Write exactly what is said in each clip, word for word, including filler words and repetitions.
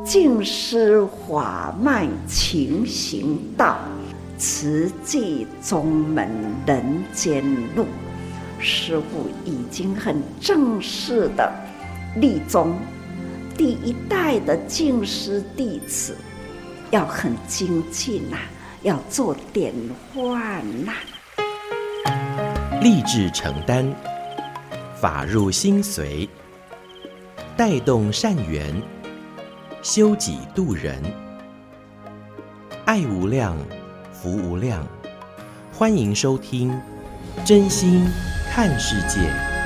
尽施法脉勤行道，慈济宗门人间路。师父已经很正式的立宗，第一代的净师弟子要很精进啊，要做典范呐、 啊。立志承担，法入心随，带动善缘，修己度人，爱无量，福无量。欢迎收听《真心看世界》。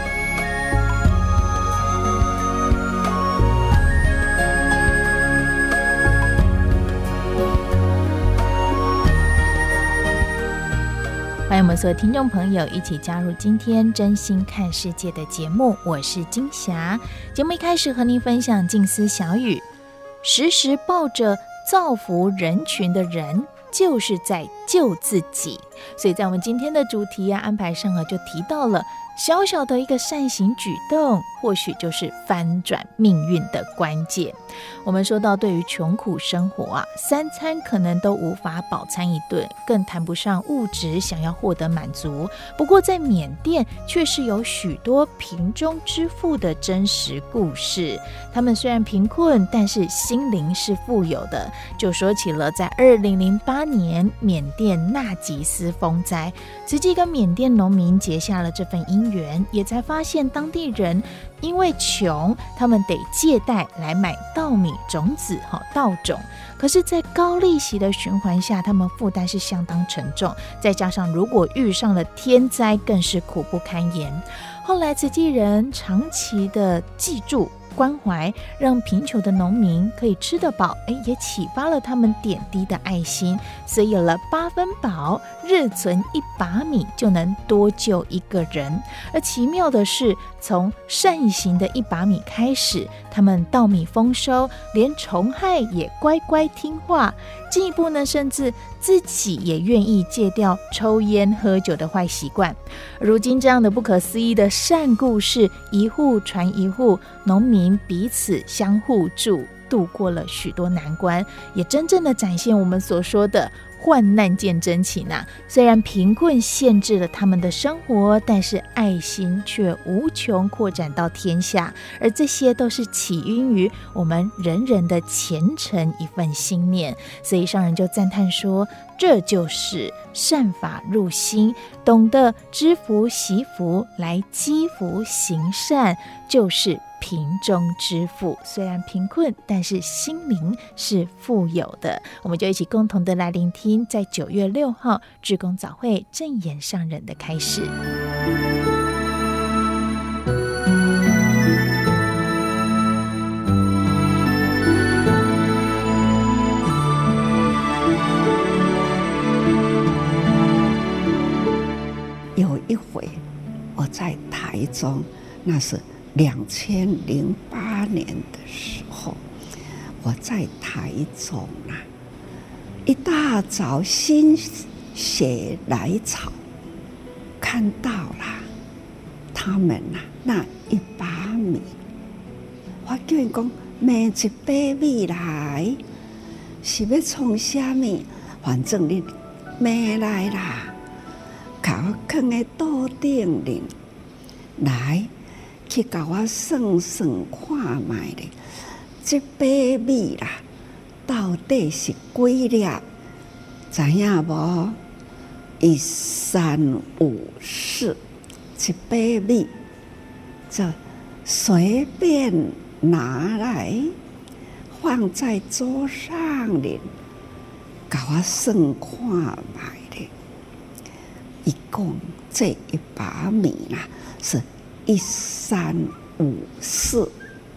欢迎我们所有听众朋友一起加入今天真心看世界的节目，我是金霞。节目一开始和您分享静思小语，时时抱着造福人群的人就是在救自己。所以在我们今天的主题啊安排上啊，就提到了小小的一个善行举动，或许就是翻转命运的关键。我们说到对于穷苦生活啊，三餐可能都无法饱餐一顿，更谈不上物质想要获得满足。不过在缅甸却是有许多贫中之富的真实故事，他们虽然贫困，但是心灵是富有的。就说起了在二零零八年缅甸纳吉斯风灾，慈济跟缅甸农民结下了这份姻缘，也才发现当地人因为穷，他们得借贷来买稻米种子稻种，可是在高利息的循环下，他们负担是相当沉重，再加上如果遇上了天灾，更是苦不堪言。后来慈济人长期的记住关怀，让贫穷的农民可以吃得饱，也启发了他们点滴的爱心，所以有了八分饱，日存一把米就能多救一个人。而奇妙的是，从善行的一把米开始，他们稻米丰收，连虫害也乖乖听话，进一步呢，甚至自己也愿意戒掉抽烟喝酒的坏习惯。如今这样的不可思议的善故事，一户传一户，农民彼此相互助，度过了许多难关，也真正的展现我们所说的患难见真情啊！虽然贫困限制了他们的生活，但是爱心却无穷扩展到天下，而这些都是起因于我们人人的虔诚一份心念。所以上人就赞叹说，这就是善法入心，懂得知福惜福来积福行善，就是贫中之富。虽然贫困，但是心灵是富有的。我们就一起共同的来聆听在九月六号志工早会正言上人的开始。 有一回我在台中，那是两千零八年的时候，我在台中啊，一大早心血来潮，看到了他们啊那一把米，我叫人讲买一把米来，是要创啥物？反正你买来啦，把我放在桌顶里来。去给我算算看卖咧，这把米啦，到底是几粒？知影无？一三五四，这把米就随便拿来放在桌上咧，给我算看卖咧。一共这一把米啦是一三五四，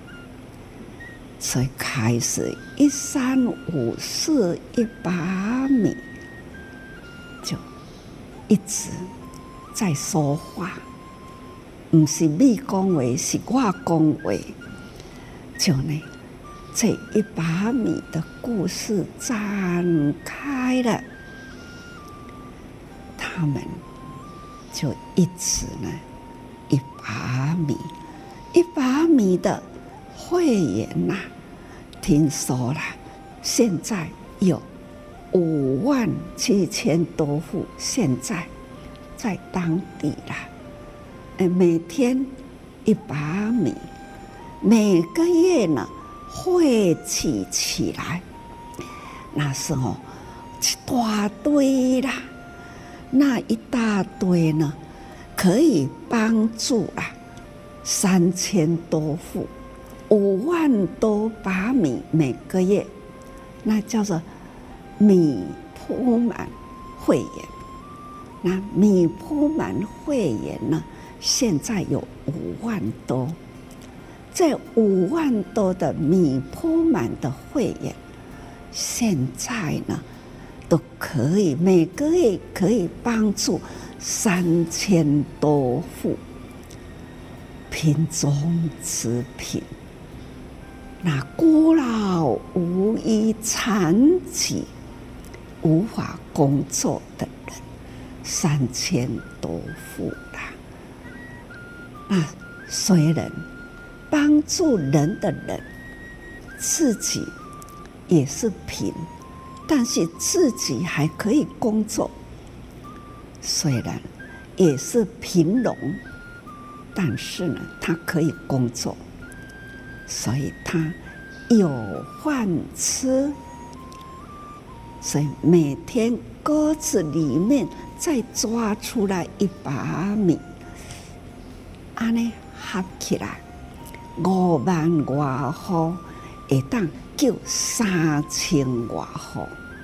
所以开始一三五四一把米，就一直在说话，不是你讲话，是我讲话。就呢，这一把米的故事展开了，他们就一直呢。一把米，一把米的会员呐、啊， 听说啦，现在有五万七千多户，现在在当地啦，每天一把米，每个月呢汇集起来，那时候一大堆啦，那一大堆呢，可以帮助啊三千多户，五万多把米每个月，那叫做米铺满会员。那米铺满会员呢，现在有五万多。这五万多的米铺满的会员，现在呢都可以每个月可以帮助三千多户贫中之贫，那孤老无依、残疾无法工作的人三千多户啦。那虽然帮助人的人自己也是贫，但是自己还可以工作，虽然也是贫农，但是呢，他可以工作，所以他有饭吃，所以每天锅子里面再抓出来一把米，安尼合起来五万外户，会当救三千外户，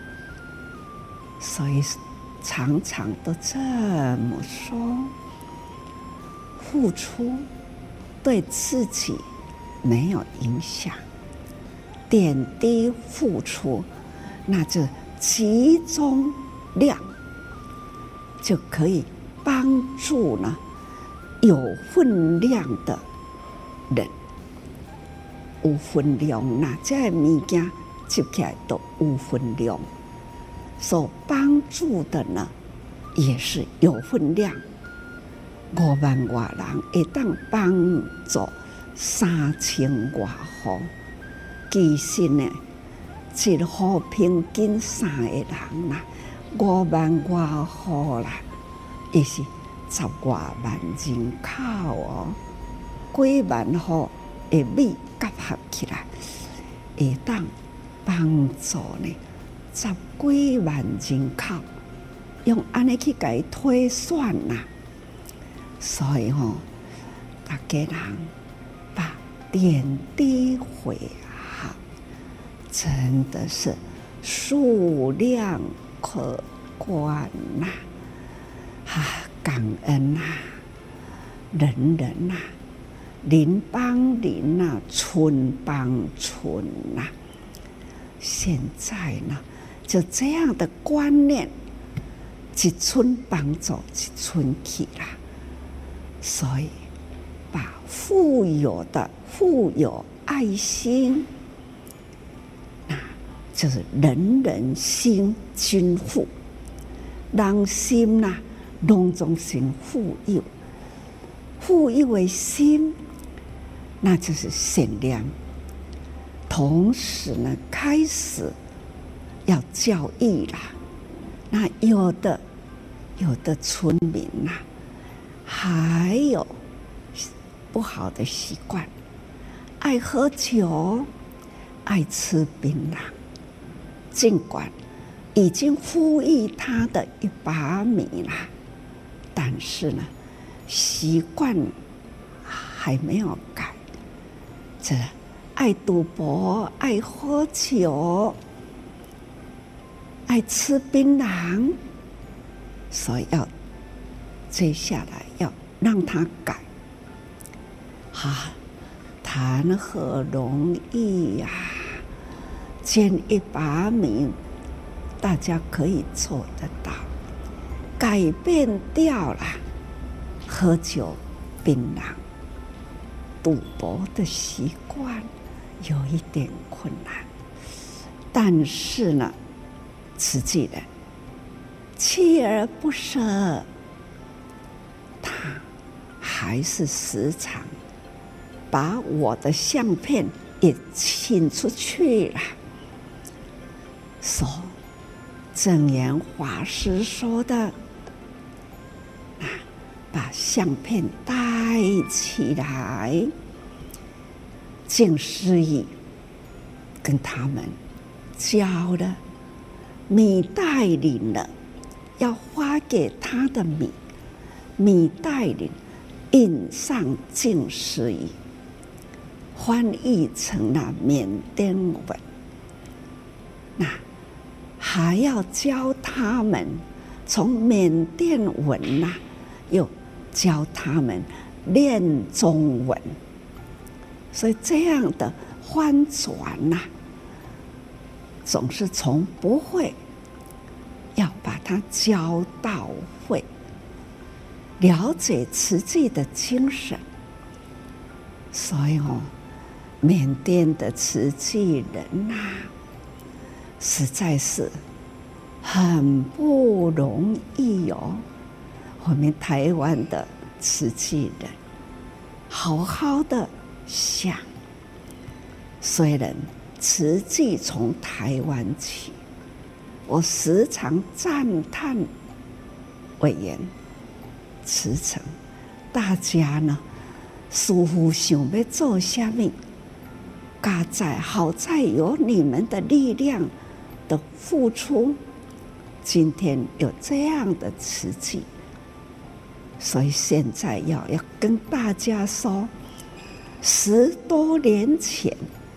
所以常常都这么说，付出对自己没有影响，点滴付出，那就集中量就可以帮助呢有分量的人。有分量啦，这个物件接起来都有分量，所帮助的呢也是有分量。五万外人会当帮助三千外户，其实呢，一户平均三个人啦，五万外户啦，也是十外万人口哦，几万户的米结合起来，会当帮助呢十几万人口，用安尼去给推算啦、啊。所以吼、哦，大家人把点滴回好，真的是数量可观呐、啊！啊，感恩呐、啊，人人呐、啊。邻帮邻呐，村帮村呐。现在呢，就这样的观念，一村帮助一村去啦。所以，把富有的、富有爱心，那就是人人心均富，人心呐，拢总心富有，富有的心。那就是善良，同时呢，开始要教育啦。那有的有的村民呐、啊，还有不好的习惯，爱喝酒，爱吃槟榔。尽管已经呼吁他的一把米啦，但是呢，习惯还没有改。这爱赌博，爱喝酒，爱吃槟榔，所以要接下来要让他改。啊，谈何容易呀、啊！煎一把米，大家可以做得到，改变掉了喝酒、槟榔。赌博的习惯有一点困难，但是呢，慈济人锲而不舍，他还是时常把我的相片也请出去了，说证严法师说的，啊，把相片带起来，净施仪跟他们交了米，带领了要发给他的米，米带领印上净施仪，翻译成了缅甸文。那还要教他们从缅甸文呐、啊，又教他们练中文，所以这样的翻转呐、啊，总是从不会要把它教到会，了解慈济的精神。所以哦，缅甸的慈济人呐、啊，实在是很不容易哦。我们台湾的慈济人，好好的想，虽然慈济从台湾起，我时常赞叹委员慈诚，大家呢似乎想要做什么，嘎在好在有你们的力量的付出，今天有这样的慈济，所以现在要要跟大家说，十多年前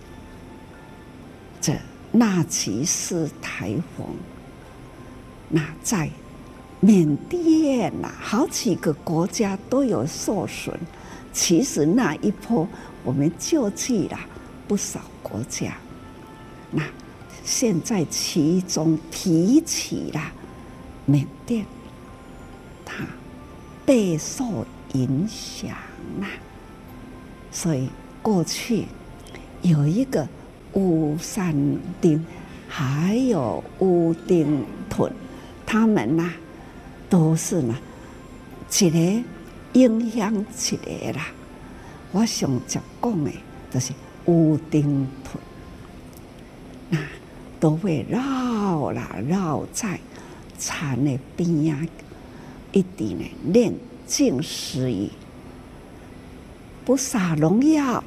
这纳吉斯台风，那在缅甸呐、啊，好几个国家都有受损。其实那一波我们救济了不少国家，那现在其中提起了缅甸，它备受影响啊。所以过去有一个乌山丁，还有乌丁屯，他们呐、啊、都是呢一个影响一个啦。我上常讲的就是乌丁屯，那都会绕啦绕在田的边啊，一直呢练净施仪，不撒农药，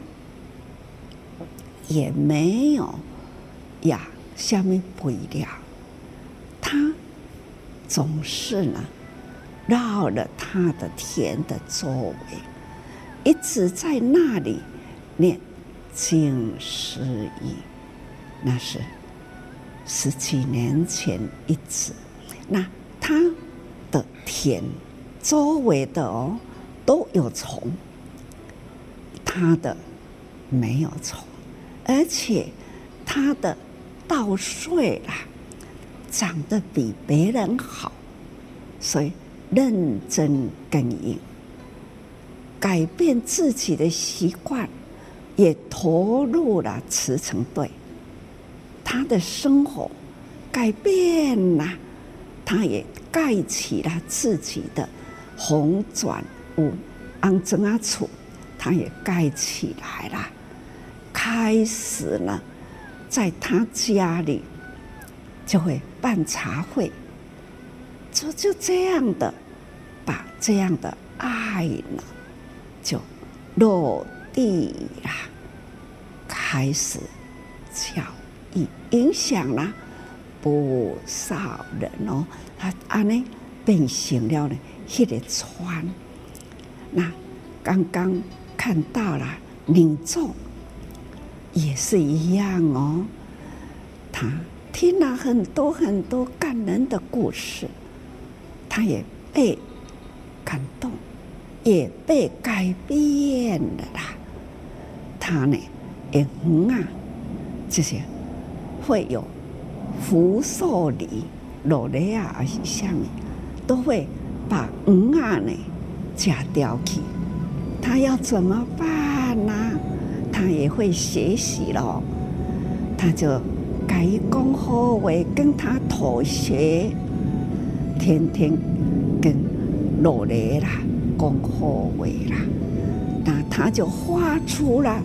也没有呀什么肥料，他总是呢绕了他的田的周围，一直在那里念净施仪。那是十几年前一直，那他的田周围的哦都有虫，他的没有虫，而且他的稻穗啦长得比别人好，所以认真耕耘，改变自己的习惯，也投入了慈诚队。他的生活改变了，他也盖起了自己的红砖屋、安装啊厝，他也盖起来了，开始呢，在他家里就会办茶会，就就这样的把这样的爱呢，就落地了，开始教育，影响了不少人哦。他安尼变成了呢，那个川。那刚刚看到了女众也是一样哦，他听了很多很多感人的故事，他也被感动，也被改变了啦。他呢，也嗯啊，这些会有福寿礼、落来啊，还是什么，都会把嗯啊呢夹掉去。他要怎么办呢、啊？他也会学习咯，他就改讲好话，跟他妥协，天天跟落来啦讲好话啦，那他就发出了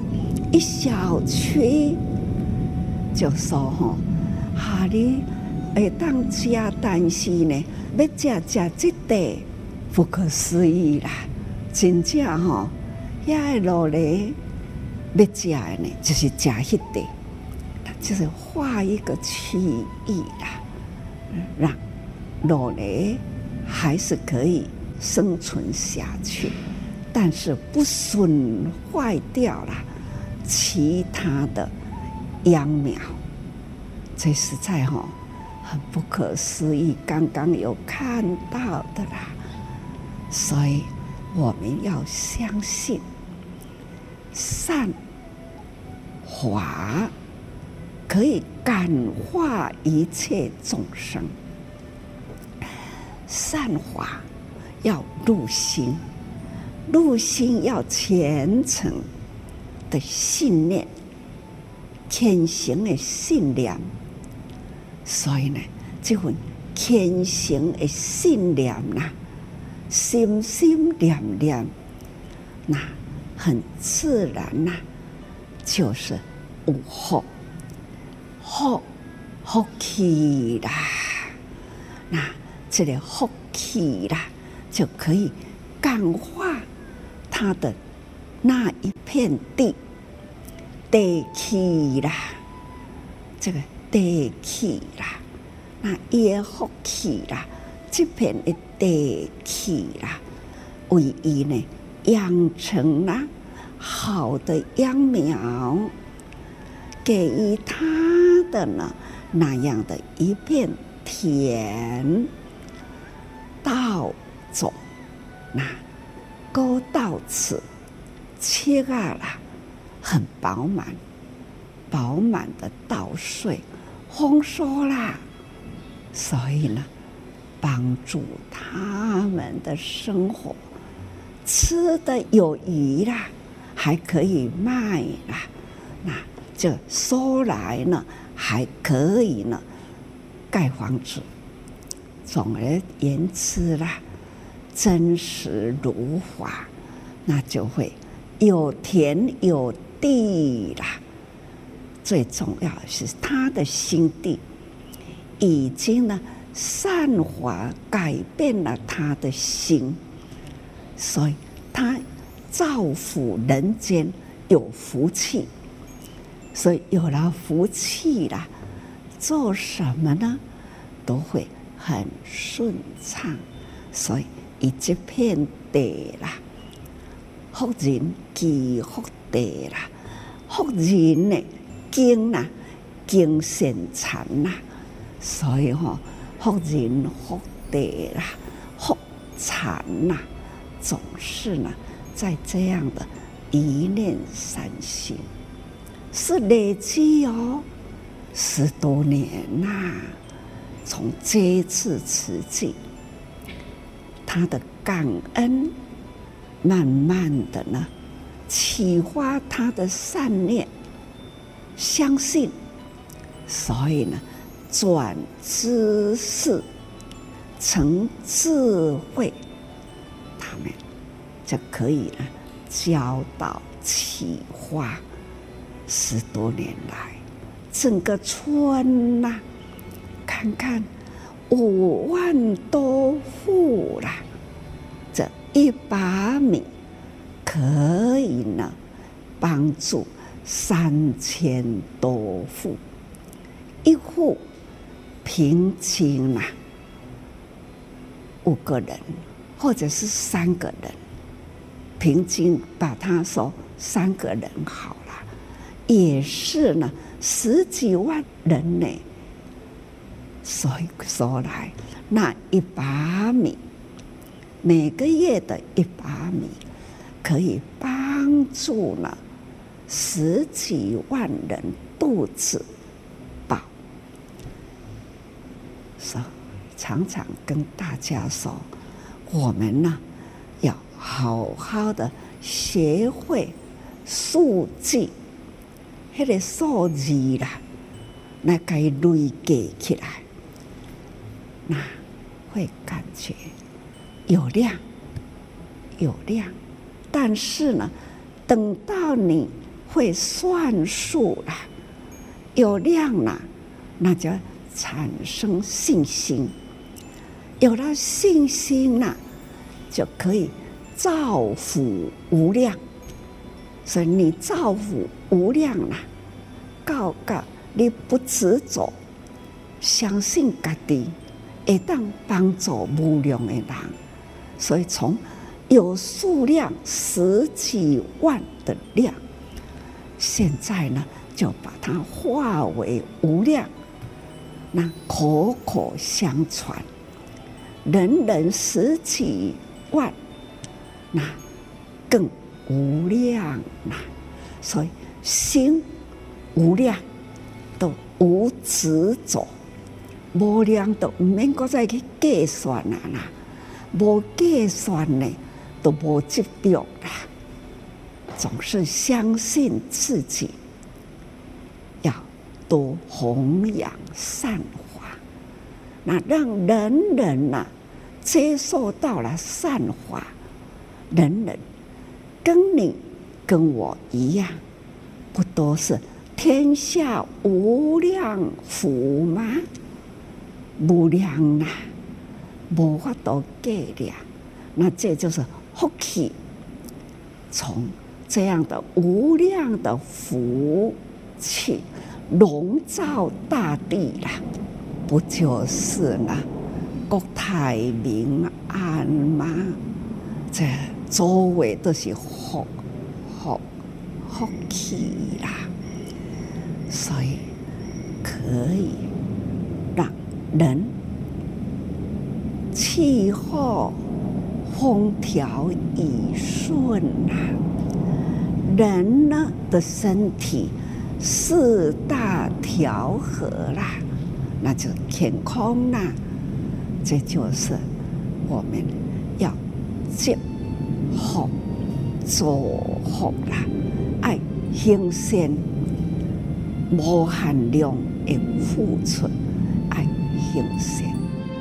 一小区就说吼，哈你会当吃，但是呢，要吃吃这块不可思议啦！真正吼，遐个路咧要吃的呢，就是吃迄块，就是画一个区域啦，让路咧还是可以生存下去，但是不损坏掉了其他的秧苗，这实在哈、哦、很不可思议。刚刚有看到的啦，所以我们要相信善法可以感化一切众生，善法要入心，入心要虔诚的信念，虔诚的信念。所以呢，这份虔诚的信念呐，心心念念，那很自然呐、啊，就是有福，福福气啦。那这个福气啦，就可以感化他的那一片地地气啦，这个地气啦，那伊的福气啦，这片的地气啦，为伊呢养成了好的秧苗，给予他的呢那样的一片田稻种，那沟到此切啊啦，很饱满，饱满的稻穗丰收啦，所以呢，帮助他们的生活吃的有余啦，还可以卖啦，那这收来呢，还可以呢盖房子。总而言之啦，真实如法，那就会有田有地啦。最重要的是他的心地已经呢善法改变了他的心，所以他造福人间有福气，所以有了福气啦，做什么呢都会很顺畅。所以以这片地啦，福人积福地啦，福人呢经啦经善产啦，所以吼、哦、福人福地啦，福产啦，总是呢在这样的一念三心，是累积哦十多年呐、啊。从这一次慈济，他的感恩慢慢的呢启发他的善念，相信，所以呢转知识成智慧，他们就可以呢教导启发十多年来整个村呐、啊。看看五万多户啦，这一把米可以呢帮助三千多户，一户平均啦五个人或者是三个人，平均把它说三个人好了，也是呢十几万人呢。所以说来，那一把米，每个月的一把米，可以帮助了十几万人肚子饱。所以常常跟大家说，我们呢要好好的学会数据，那个数字啦，那该累积起来。那会感觉有量有量，但是呢，等到你会算数了，有量了，那就产生信心。有了信心了，就可以造福无量。所以你造福无量了，到到你不执着，相信家己会当帮助无量的人。所以从有数量十几万的量，现在呢就把它化为无量，那口口相传，人人十几万，那更无量啦。所以心无量，都无执着，无量都唔免搁再去计算啦啦，无计算呢，都无执着啦。总是相信自己要多弘扬善法，那让人人呐、啊、接受到了善法，人人跟你跟我一样，不都是天下无量福吗？无量啊，无法度计量。那这就是福气，从这样的无量的福气笼罩大地啦，不就是呢？国泰民安吗？这周围都是福福福气啦，所以可以让人气候风调雨顺啊，人呢的身体四大调和啦，那就健康啦。这就是我们要积福做福啦，爱行善无限量的付出，爱行善。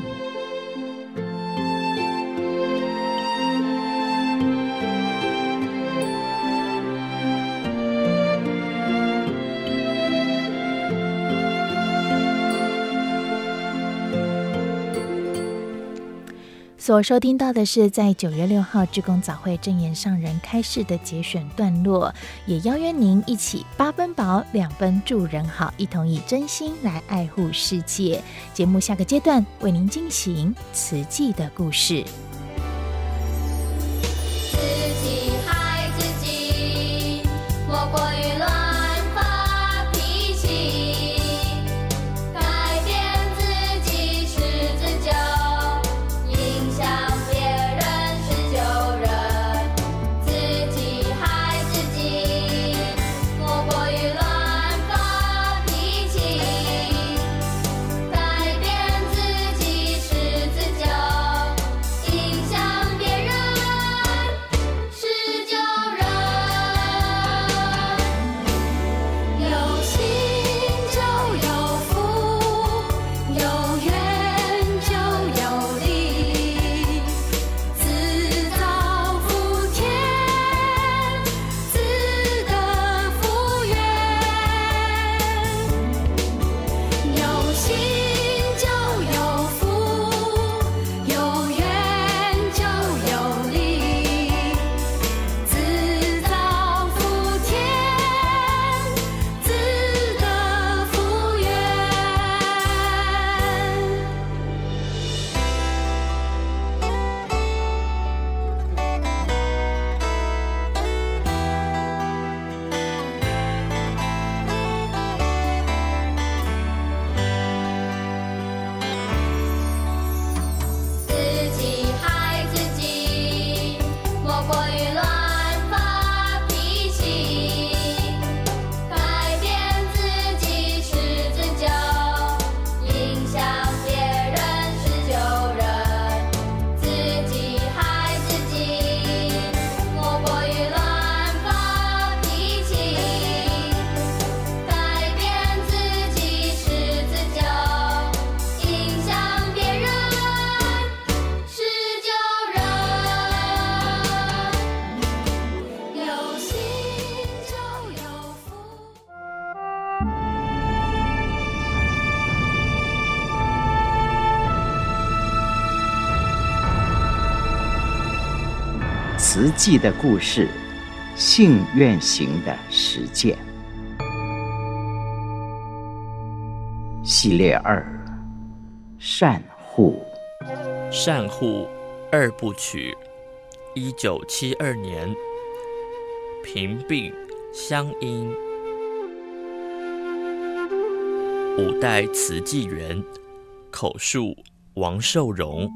所收听到的是在九月六号志工早会证严上人开示的节选段落，也邀约您一起八分饱两分助人好，一同以真心来爱护世界。节目下个阶段为您进行慈济的故事。 自己害自己，莫过于乱发脾气，改变自己是自救，影响别人是救人。自己害自己，莫过于乱发脾气，改变自己是自救，影慈济的故事，信愿行的实践。系列二，善护。 善护二部曲，一九七二年，平病乡音。五代慈济园，口述王寿荣。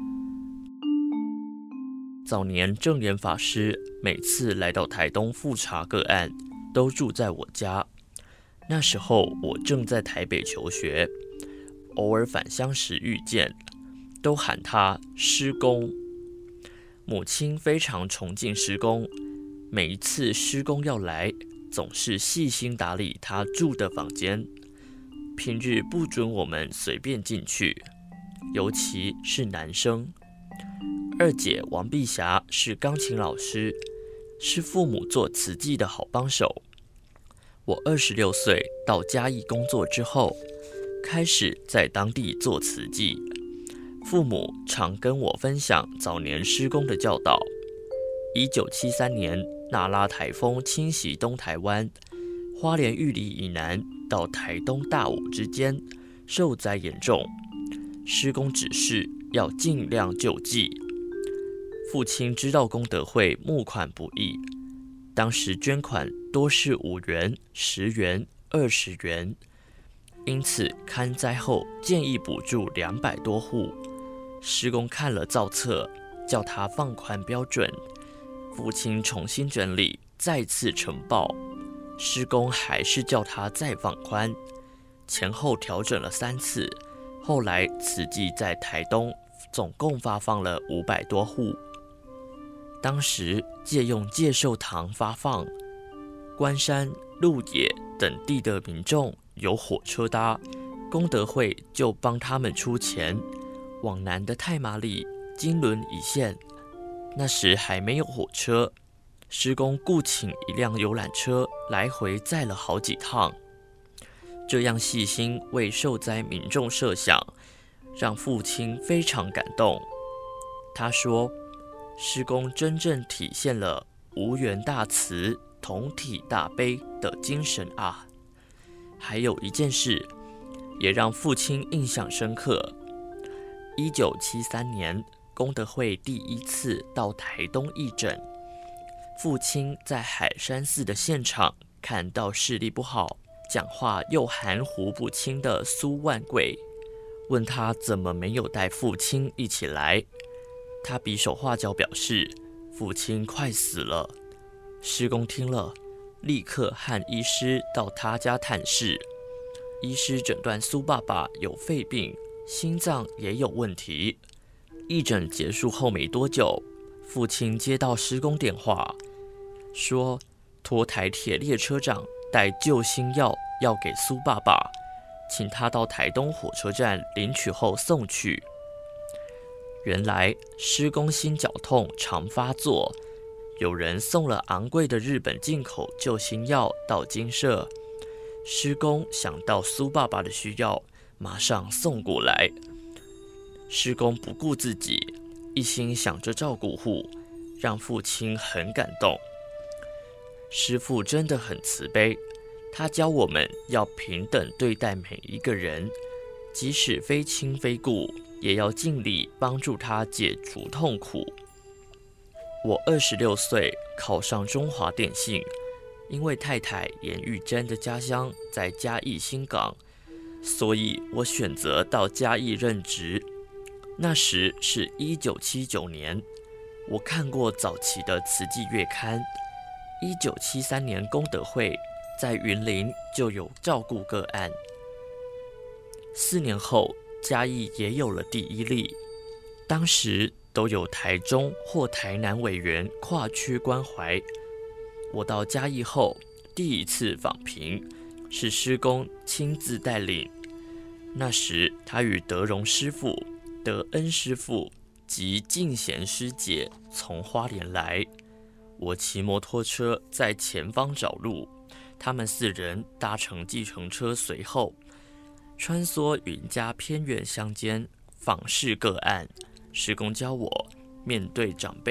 早年正言法师每次来到台东复查个案，都住在我家。那时候我正在台北求学，偶尔返乡时遇见，都喊他师公。母亲非常崇敬师公，每一次师公要来，总是细心打理他住的房间，平日不准我们随便进去，尤其是男生。二姐王碧霞是钢琴老师，是父母做慈济的好帮手。我二十六岁到嘉义工作之后，开始在当地做慈济。父母常跟我分享早年师公的教导。一九七三年，那拉台风侵袭东台湾，花莲玉里以南到台东大武之间受灾严重，师公指示要尽量救济。父亲知道功德会募款不易，当时捐款多是五元、十元、二十元，因此勘灾后建议补助两百多户。师公看了造册，叫他放宽标准。父亲重新整理，再次呈报，师公还是叫他再放宽，前后调整了三次。后来慈济在台东总共发放了五百多户。当时借用介寿堂发放，关山、鹿野等地的民众有火车搭，功德会就帮他们出钱。往南的太麻里、金轮一线，那时还没有火车，师公雇请一辆游览车来回载了好几趟。这样细心为受灾民众设想，让父亲非常感动。他说，师公真正体现了无缘大慈、同体大悲的精神啊！还有一件事，也让父亲印象深刻。一九七三年，功德会第一次到台东义诊，父亲在海山寺的现场看到视力不好、讲话又含糊不清的苏万贵，问他怎么没有带父亲一起来。他比手画脚表示父亲快死了。师公听了，立刻和医师到他家探视。医师诊断苏爸爸有肺病，心脏也有问题。义诊结束后没多久，父亲接到师公电话，说托台铁列车长带救心药要给苏爸爸，请他到台东火车站领取后送去。原来师公心绞痛常发作，有人送了昂贵的日本进口救心药到精舍，师公想到苏爸爸的需要，马上送过来。师公不顾自己，一心想着照顾户，让父亲很感动。师父真的很慈悲，他教我们要平等对待每一个人，即使非亲非故，也要尽力帮助他解除痛苦。我二十六岁考上中华电信，因为太太严玉珍的家乡在嘉义新港，所以我选择到嘉义任职。那时是一九七九年，我看过早期的慈济月刊。一九七三年功德会在云林就有照顾个案，四年后嘉义也有了第一例。当时都有台中或台南委员跨区关怀。我到嘉义后第一次访贫，是师公亲自带领。那时他与德荣师父、德恩师父及静贤师姐从花莲来，我骑摩托车在前方找路，他们四人搭乘计程车随后，穿梭云嘉偏远乡间访视个案。师公教我面对长辈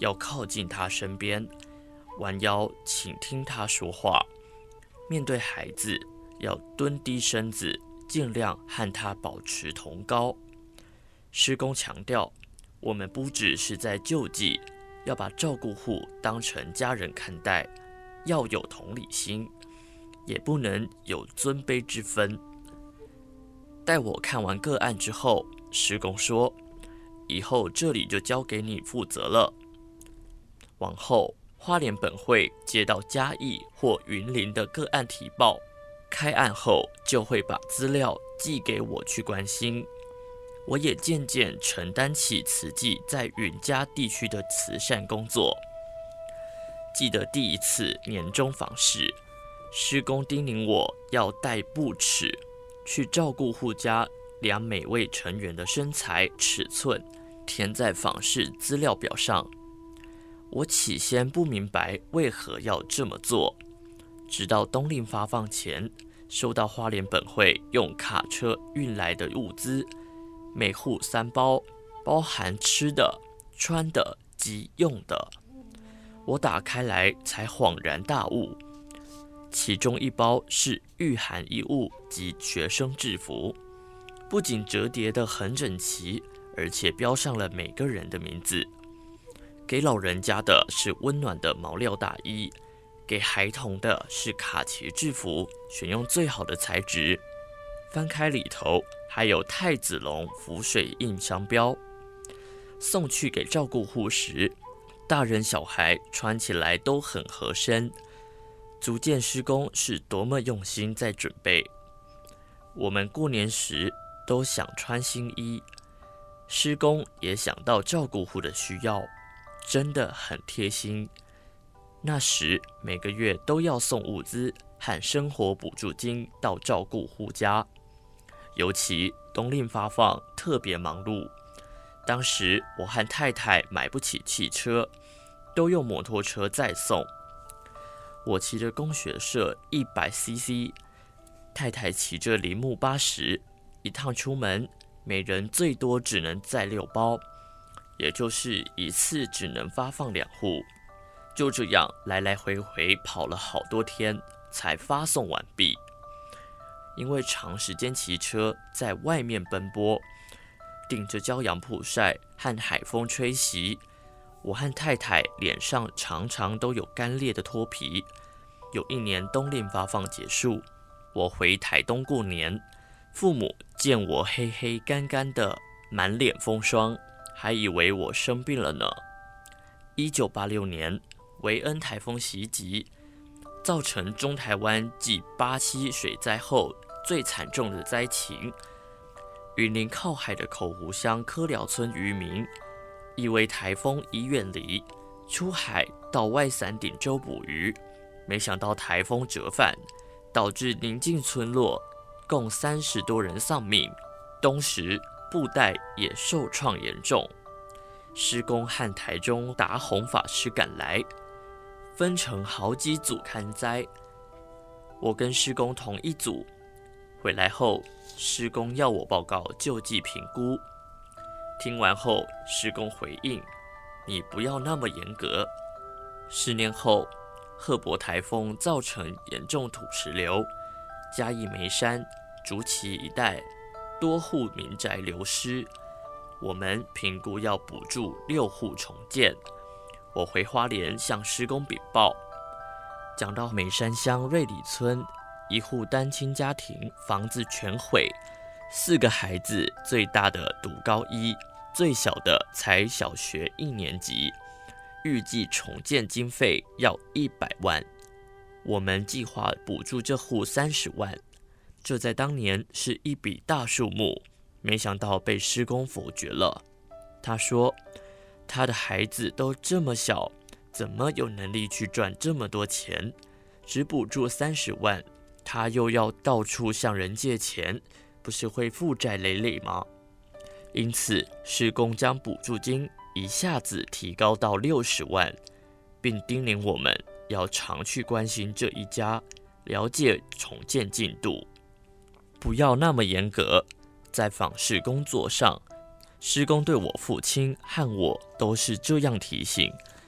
要靠近他身边，弯腰倾听他说话。面对孩子，要蹲低身子，尽量和他保持同高。施工强调，我们不只是在救济，要把照顾户当成家人看待，要有同理心，也不能有尊卑之分。待我看完个案之后，施工说，以后这里就交给你负责了。往后花莲本会接到嘉义或云林的个案提报，开案后就会把资料寄给我去关心。我也渐渐承担起慈济在云嘉地区的慈善工作。记得第一次年终访视，施工叮咛我要带布尺去照顾户家量每位成员的身材尺寸，填在访视资料表上。我起先不明白为何要这么做，直到冬令发放前，收到花莲本会用卡车运来的物资，每户三包，包含吃的、穿的及用的。我打开来才恍然大悟，其中一包是御寒衣物及学生制服，不仅折叠得很整齐，而且标上了每个人的名字。给老人家的是温暖的毛料大衣，给孩童的是卡其制服，选用最好的材质。翻开里头还有太子龙浮水印商标。送去给照顾户时，大人小孩穿起来都很合身，足见施工是多么用心在准备。我们过年时都想穿新衣，施工也想到照顾户的需要，真的很贴心。那时每个月都要送物资和生活补助金到照顾户家，尤其冬令发放特别忙碌。当时我和太太买不起汽车，都用摩托车载送。我骑着工学社 一百 C C， 太太骑着铃木八十，一趟出门每人最多只能载六包，也就是一次只能发放两户。就这样来来回回跑了好多天才发送完毕。因为长时间骑车在外面奔波，顶着骄阳曝晒和海风吹袭，我和太太脸上常常都有干裂的脱皮。有一年冬令发放结束，我回台东过年，父母见我黑黑干干的，满脸风霜，还以为我生病了呢。一九八六年维恩台风袭击，造成中台湾继八七水灾后最惨重的灾情。云林靠海的口湖乡科寮村渔民以为台风已远离，出海到外伞顶洲捕鱼，没想到台风折返，导致邻近村落共三十多人丧命，东石布袋也受创严重。施工和台中达弘法师赶来，分成好几组看灾。我跟施工同一组，回来后施工要我报告救济评估。听完后，施工回应：你不要那么严格。十年后，赫伯台风造成严重土石流，嘉义梅山、竹崎一带多户民宅流失，我们评估要补助六户重建。我回花莲向施工禀报，讲到梅山乡瑞里村一户单亲家庭房子全毁，四个孩子，最大的读高一，最小的才小学一年级，预计重建经费要一百万，我们计划补助这户三十万，这在当年是一笔大数目，没想到被施工否决了。他说，他的孩子都这么小，怎么有能力去赚这么多钱？只补助三十万，他又要到处向人借钱，不是会负债累累吗？因此，施工将补助金一下子提高到六十万，并叮咛我们要常去关心这一家，了解重建进度，不要那么严格。在访视工作上，施工对我父亲和我都是这样提醒，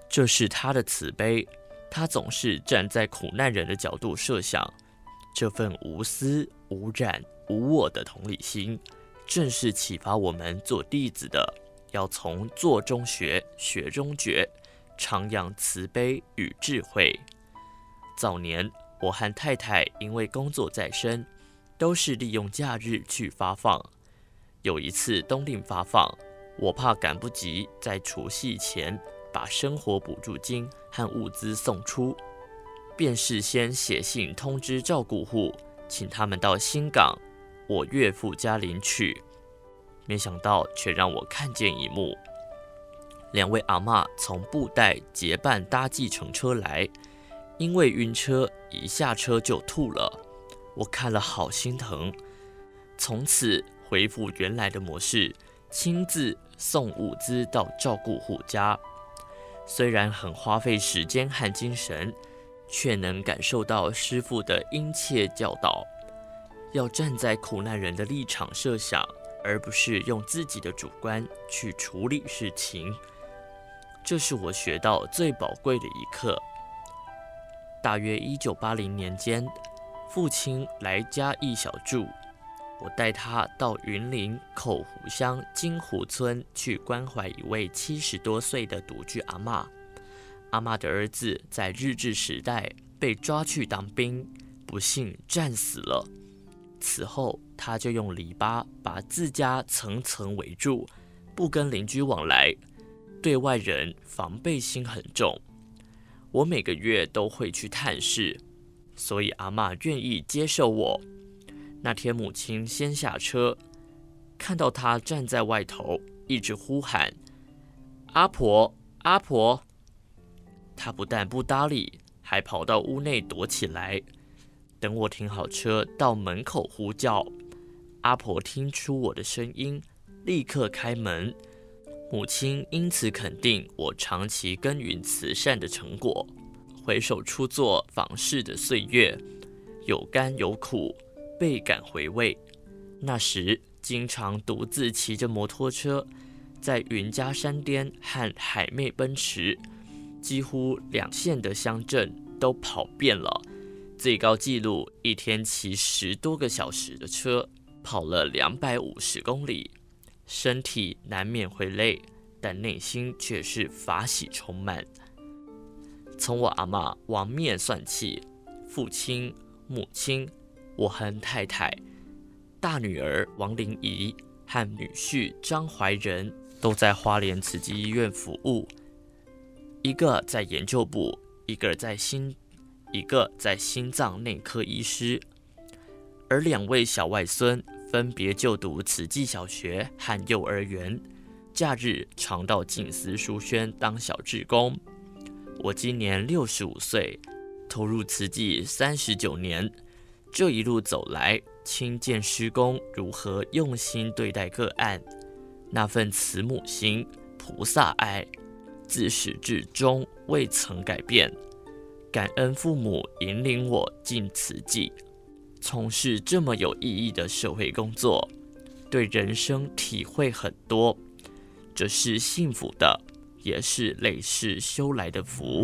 这是他的慈悲，他总是站在苦难人的角度设想，这份无私、无染、无我的同理心，正是启发我们做弟子的，要从做中学，学中觉，徜徉慈悲与智慧。早年我和太太因为工作在身，都是利用假日去发放。有一次冬令发放，我怕赶不及在除夕前把生活补助金和物资送出，便事先写信通知照顾户，请他们到新港我岳父家领取。没想到却让我看见一幕，两位阿嬷从布袋结伴搭计程车来，因为晕车一下车就吐了，我看了好心疼，从此恢复原来的模式，亲自送物资到照顾户家。虽然很花费时间和精神，却能感受到师父的殷切教导，要站在苦难人的立场设想，而不是用自己的主观去处理事情。这是我学到最宝贵的一课。大约一九八零年间，父亲来嘉义小住，我带他到云林口湖乡金湖村去关怀一位七十多岁的独居阿嬷。阿嬷的儿子在日治时代被抓去当兵，不幸战死了。此后，他就用篱笆把自家层层围住，不跟邻居往来，对外人防备心很重。我每个月都会去探视，所以阿嬷愿意接受我。那天母亲先下车，看到他站在外头，一直呼喊阿婆阿婆。他不但不搭理，还跑到屋内躲起来。等我停好车到门口呼叫，阿婆听出我的声音，立刻开门。母亲因此肯定我长期耕耘慈善的成果。回首初作访视的岁月，有甘有苦，倍感回味。那时经常独自骑着摩托车，在云嘉山巅和海妹奔驰，几乎两县的乡镇都跑遍了。最高纪录一天骑十多个小时的车，跑了两百五十公里，身体难免会累，但内心却是法喜充满。从我阿嬷往面算起，父亲、母亲、我和太太、大女儿王玲仪和女婿张怀仁都在花莲慈济医院服务，一个在研究部，一个在心，一个在心脏内科医师，而两位小外孙分别就读慈济小学和幼儿园，假日常到静思书轩当小志工。我今年六十五岁，投入慈济三十九年，这一路走来，亲见师公如何用心对待个案，那份慈母心、菩萨爱，自始至终未曾改变。感恩父母引领我进慈济，从事这么有意义的社会工作，对人生体会很多，这是幸福的，也是累世修来的福。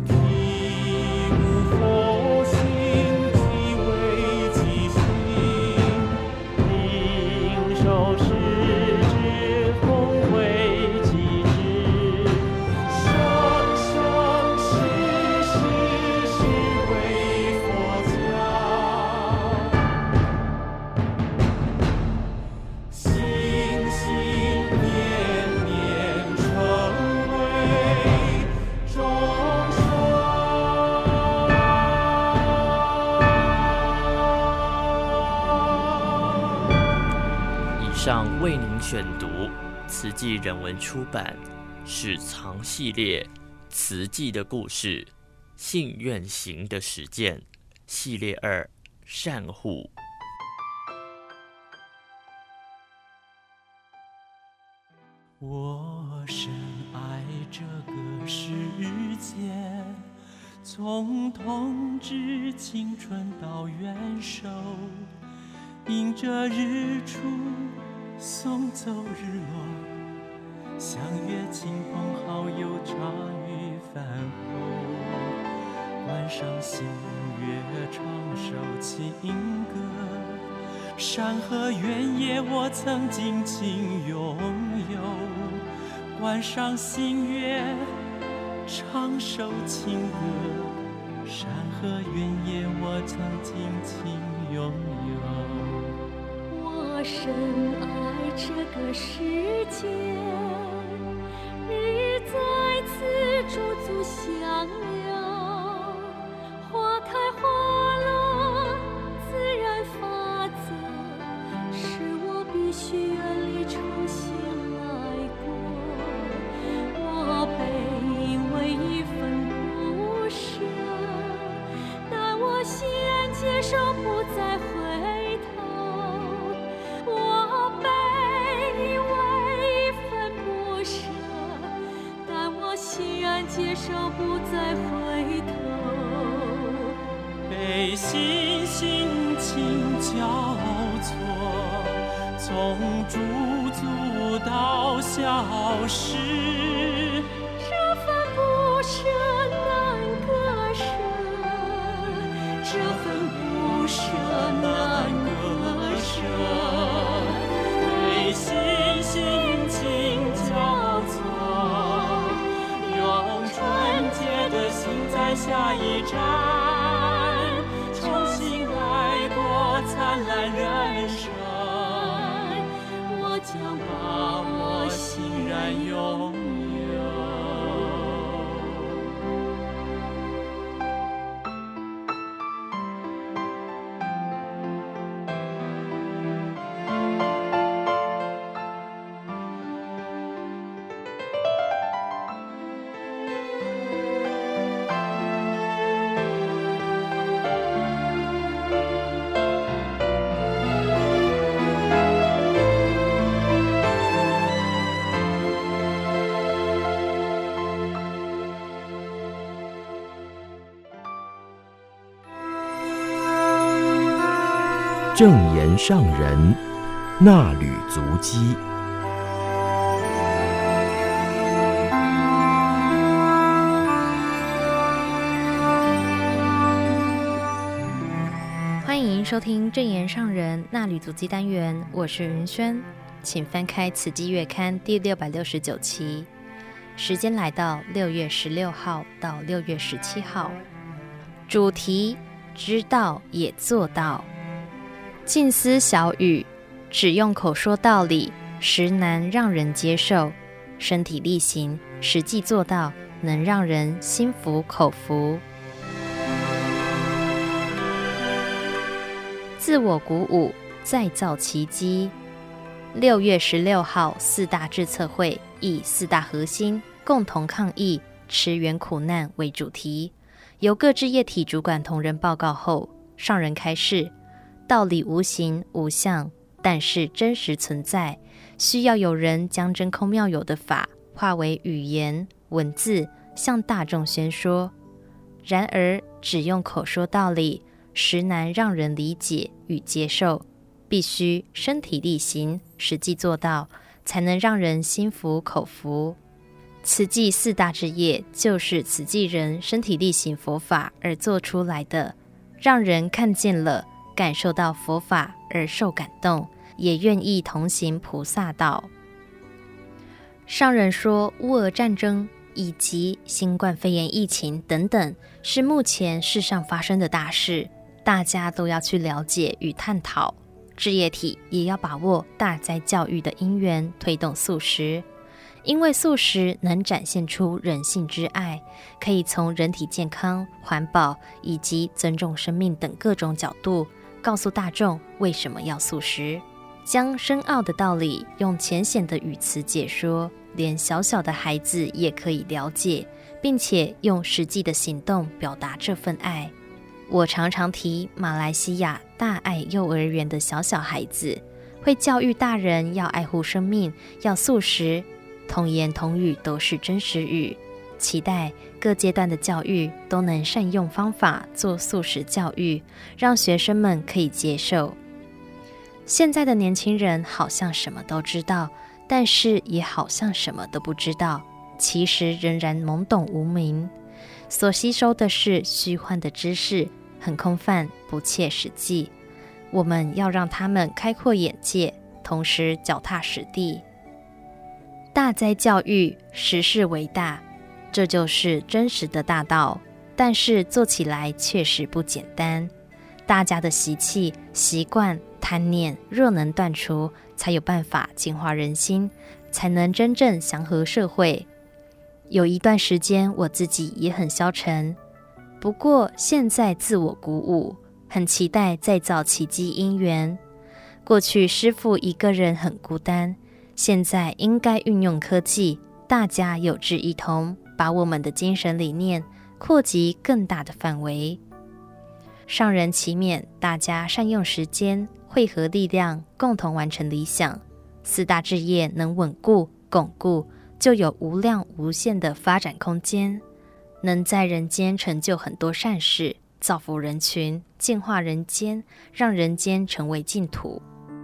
上为您选读慈济人文出版史藏系列慈济的故事信愿行的实践系列二善护。 我深爱这个世界，从童至青春到元首，迎着日出送走日落，相约亲朋好友茶余饭后，关上星月，唱首情歌。山河原野我曾紧紧拥有，关上星月，唱首情歌。山河原野我曾紧紧拥有。 我深爱这个世界，日日在此驻足相留，花开花落自然法则，是我必须远离重新来过。我卑微一分不舍，但我先接受，不再回头。我卑微一分不舍，但我欣然接受，不再回头。 被心心情交错，从驻足到消失， 这份不舍难割舍，这份不舍难割舍。 被心心情交错，用纯洁的心在下一站，重新来过灿烂人生。 我将把握欣然拥有。 正言上人那履足迹。 欢迎收听正言上人那履足迹单元，我是云轩，请翻开《慈济月刊》第六百六十九期，时间来到六月十六号到六月十七号，主题知道也做到。静思小语，只用口说道理，实难让人接受；身体力行，实际做到，能让人心服口服。自我鼓舞，再造奇迹。六月十六号，四大智策会以四大核心共同抗疫、驰援苦难为主题，由各志业体主管同仁报告后，上人开示。道理无形无相，但是真实存在，需要有人将真空妙有的法化为语言文字，向大众宣说。然而只用口说道理，实难让人理解与接受，必须身体力行，实际做到，才能让人心服口服。慈济四大志业就是慈济人身体力行佛法而做出来的，让人看见了感受到佛法而受感动，也愿意同行菩萨道。上人说，乌俄战争以及新冠肺炎疫情等等，是目前世上发生的大事，大家都要去了解与探讨。志业体也要把握大灾教育的因缘，推动素食。因为素食能展现出人性之爱，可以从人体健康、环保以及尊重生命等各种角度告诉大众为什么要素食，将深奥的道理用浅显的语词解说，连小小的孩子也可以了解，并且用实际的行动表达这份爱。我常常提马来西亚大爱幼儿园的小小孩子，会教育大人要爱护生命，要素食，童言童语都是真实语。期待各阶段的教育都能善用方法做素食教育，让学生们可以接受。现在的年轻人好像什么都知道，但是也好像什么都不知道。 其实仍然懵懂无明，所吸收的是虚幻的知识，很空泛，不切实际。我们要让他们开阔眼界，同时脚踏实地。大哉教育，实事为大，这就是真实的大道，但是做起来确实不简单。大家的习气、习惯、贪念若能断除，才有办法净化人心，才能真正祥和社会。有一段时间我自己也很消沉，不过现在自我鼓舞，很期待再造奇迹因缘。过去师父一个人很孤单，现在应该运用科技，大家有志一同，把我们的精神理念扩及更大的范围。上人祈勉大家善用时间，汇合力量，共同完成理想。四大志业能稳固巩固，就有无量无限的发展空间，能在人间成就很多善事，造福人群，净化人间，让人间成为净土。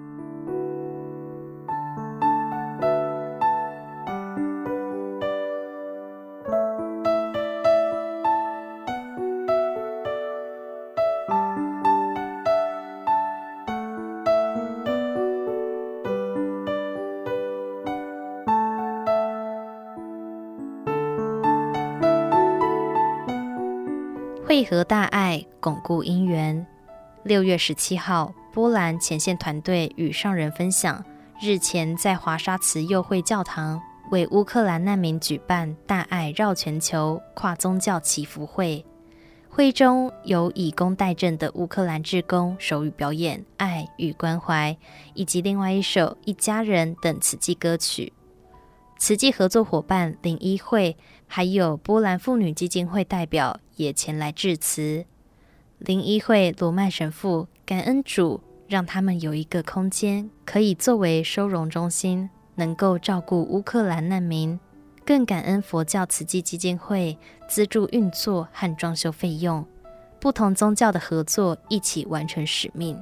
汇合大爱，巩固因缘。六月十七号，波兰前线团队与上人分享，日前在华沙慈幼会教堂为乌克兰难民举办大爱绕全球跨宗教祈福会。会中有以工代赈的乌克兰志工手语表演《爱与关怀》，以及另外一首《一家人》等慈济歌曲。慈济合作伙伴灵医会还有波兰妇女基金会代表也前来致辞。灵医会罗曼神父感恩主，让他们有一个空间可以作为收容中心，能够照顾乌克兰难民，更感恩佛教慈济基金会资助运作和装修费用，不同宗教的合作一起完成使命。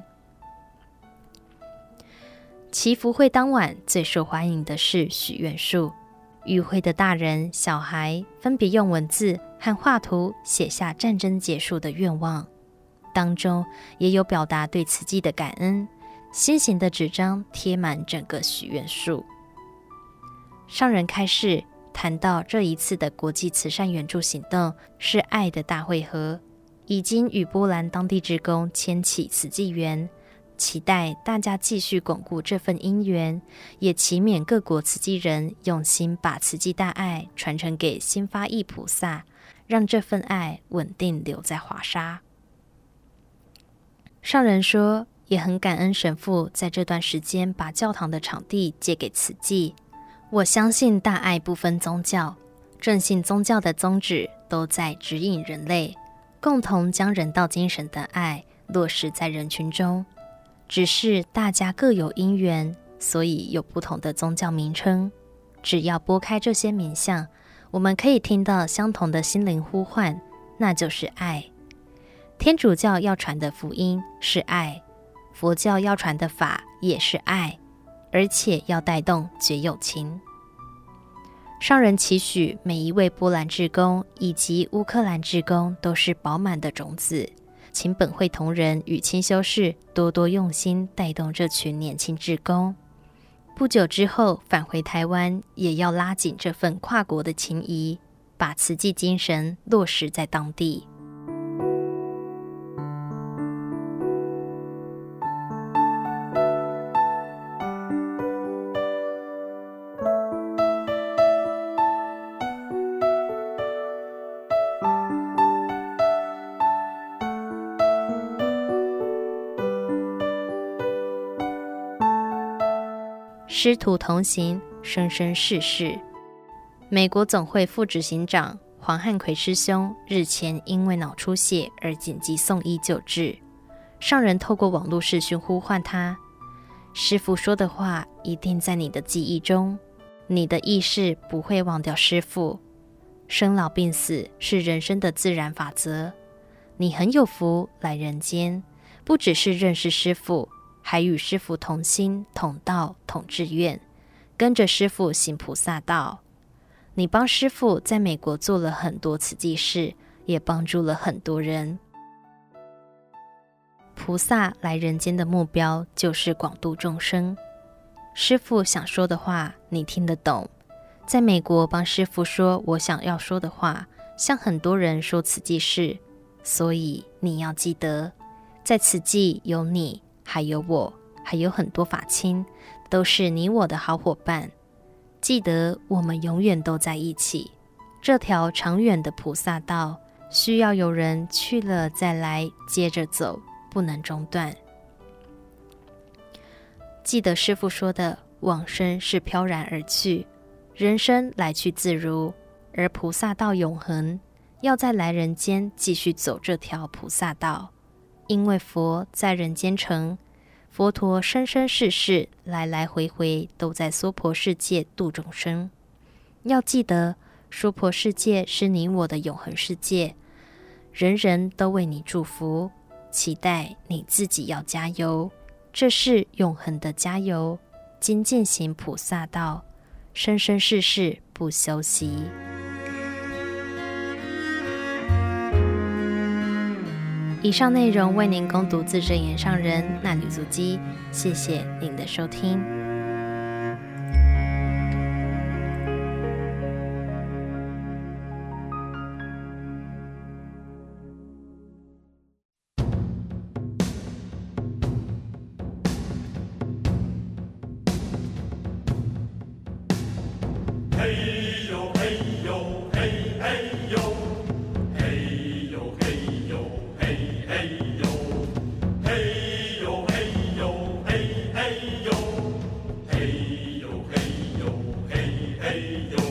祈福会当晚最受欢迎的是许愿树，与会的大人小孩分别用文字和画图写下战争结束的愿望，当中也有表达对慈济的感恩，心形的纸张贴满整个许愿树。上人开示谈到这一次的国际慈善援助行动是爱的大汇合，已经与波兰当地志工牵起慈济缘，期待大家继续巩固这份因缘，也祈勉各国慈济人用心把慈济大爱传承给新发意菩萨，让这份爱稳定留在华沙。上人说，也很感恩神父在这段时间把教堂的场地借给慈济。我相信大爱不分宗教，正信宗教的宗旨都在指引人类，共同将人道精神的爱落实在人群中。只是大家各有因缘，所以有不同的宗教名称。只要拨开这些名相，我们可以听到相同的心灵呼唤，那就是爱。天主教要传的福音是爱，佛教要传的法也是爱，而且要带动绝有情。上人期许每一位波兰志工以及乌克兰志工都是饱满的种子，请本会同仁与亲修士多多用心带动这群年轻志工。不久之后返回台湾，也要拉紧这份跨国的情谊，把慈济精神落实在当地。师徒同行，生生世世。美国总会副执行长黄汉奎师兄日前因为脑出血而紧急送医救治，上人透过网络视讯呼唤他，师父说的话一定在你的记忆中，你的意识不会忘掉师父。生老病死是人生的自然法则，你很有福来人间，不只是认识师父，还与师父同心同道同志愿，跟着师父行菩萨道。 你帮师父在美国做了很多慈济事，也帮助了很多人。菩萨来人间的目标就是广度众生。师父想说的话，你听得懂。在美国帮师父说我想要说的话，向很多人说慈济事，所以你要记得，在慈济有你，还有我，还有很多法亲，都是你我的好伙伴。记得我们永远都在一起。这条长远的菩萨道，需要有人去了再来，接着走，不能中断。记得师父说的，往生是飘然而去，人生来去自如，而菩萨道永恒，要在来人间继续走这条菩萨道。因为佛在人间城，佛陀生生世世来来回回都在娑婆世界度众生。要记得，娑婆世界是你我的永恒世界，人人都为你祝福，期待你自己要加油，这是永恒的加油，精进行菩萨道，生生世世不休息。以上内容为您攻读字正言上人那吕足迹，谢谢您的收听。 嘿呦嘿呦嘿嘿呦，嘿呦嘿呦嘿嘿呦，嘿呦嘿呦嘿嘿呦，嘿呦嘿呦嘿嘿呦。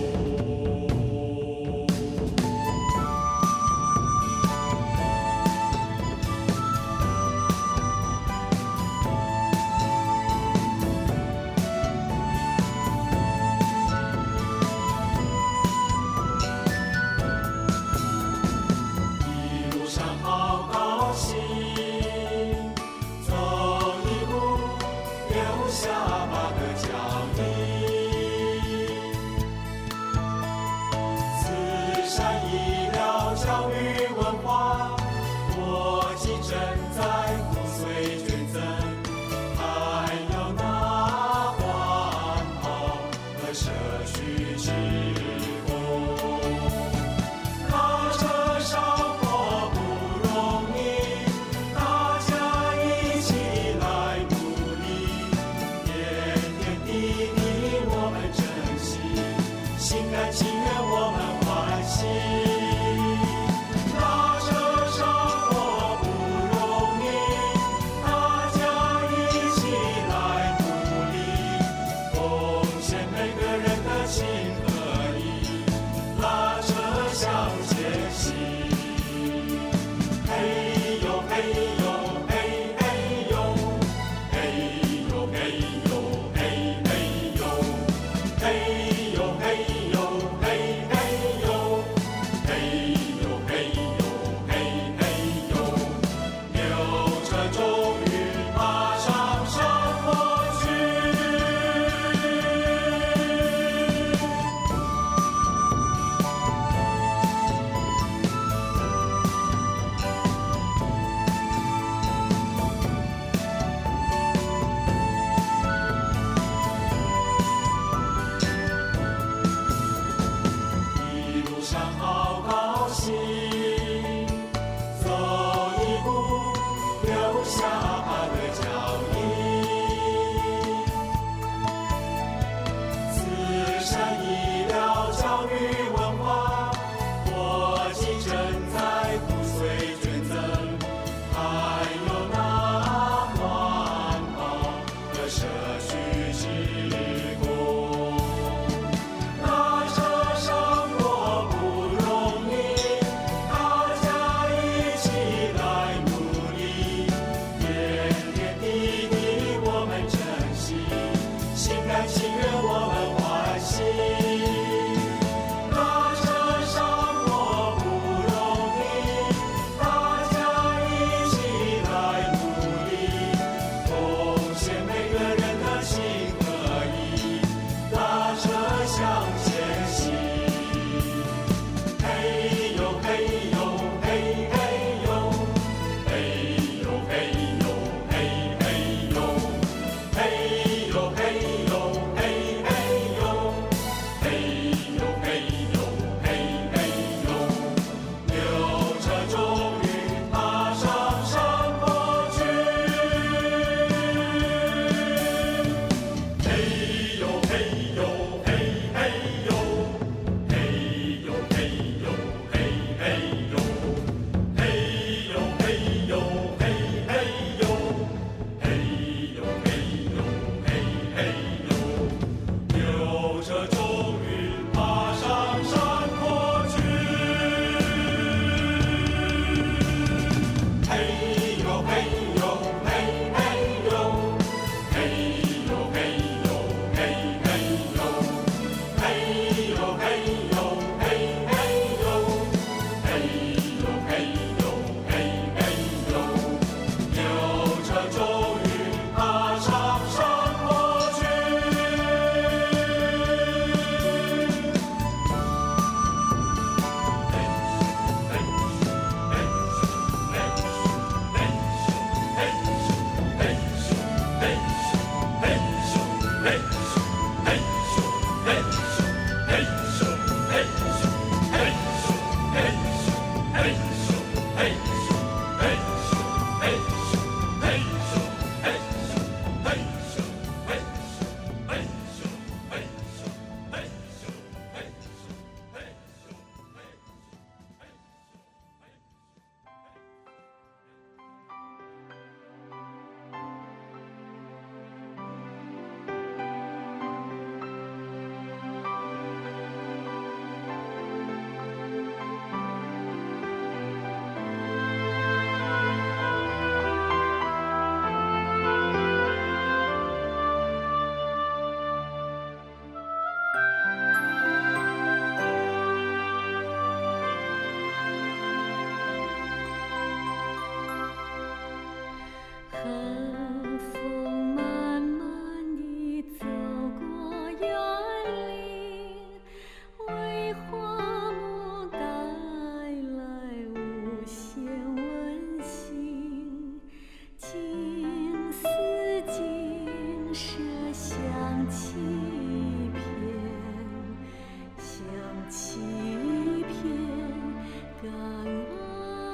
和风慢慢地走过园林，为花木带来无限温馨。金丝锦瑟响起一片，响起一片感恩。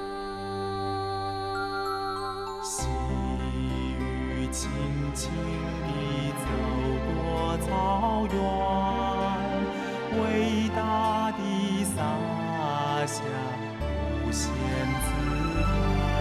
细雨轻轻地走过草原，为大地洒下无限慈悲。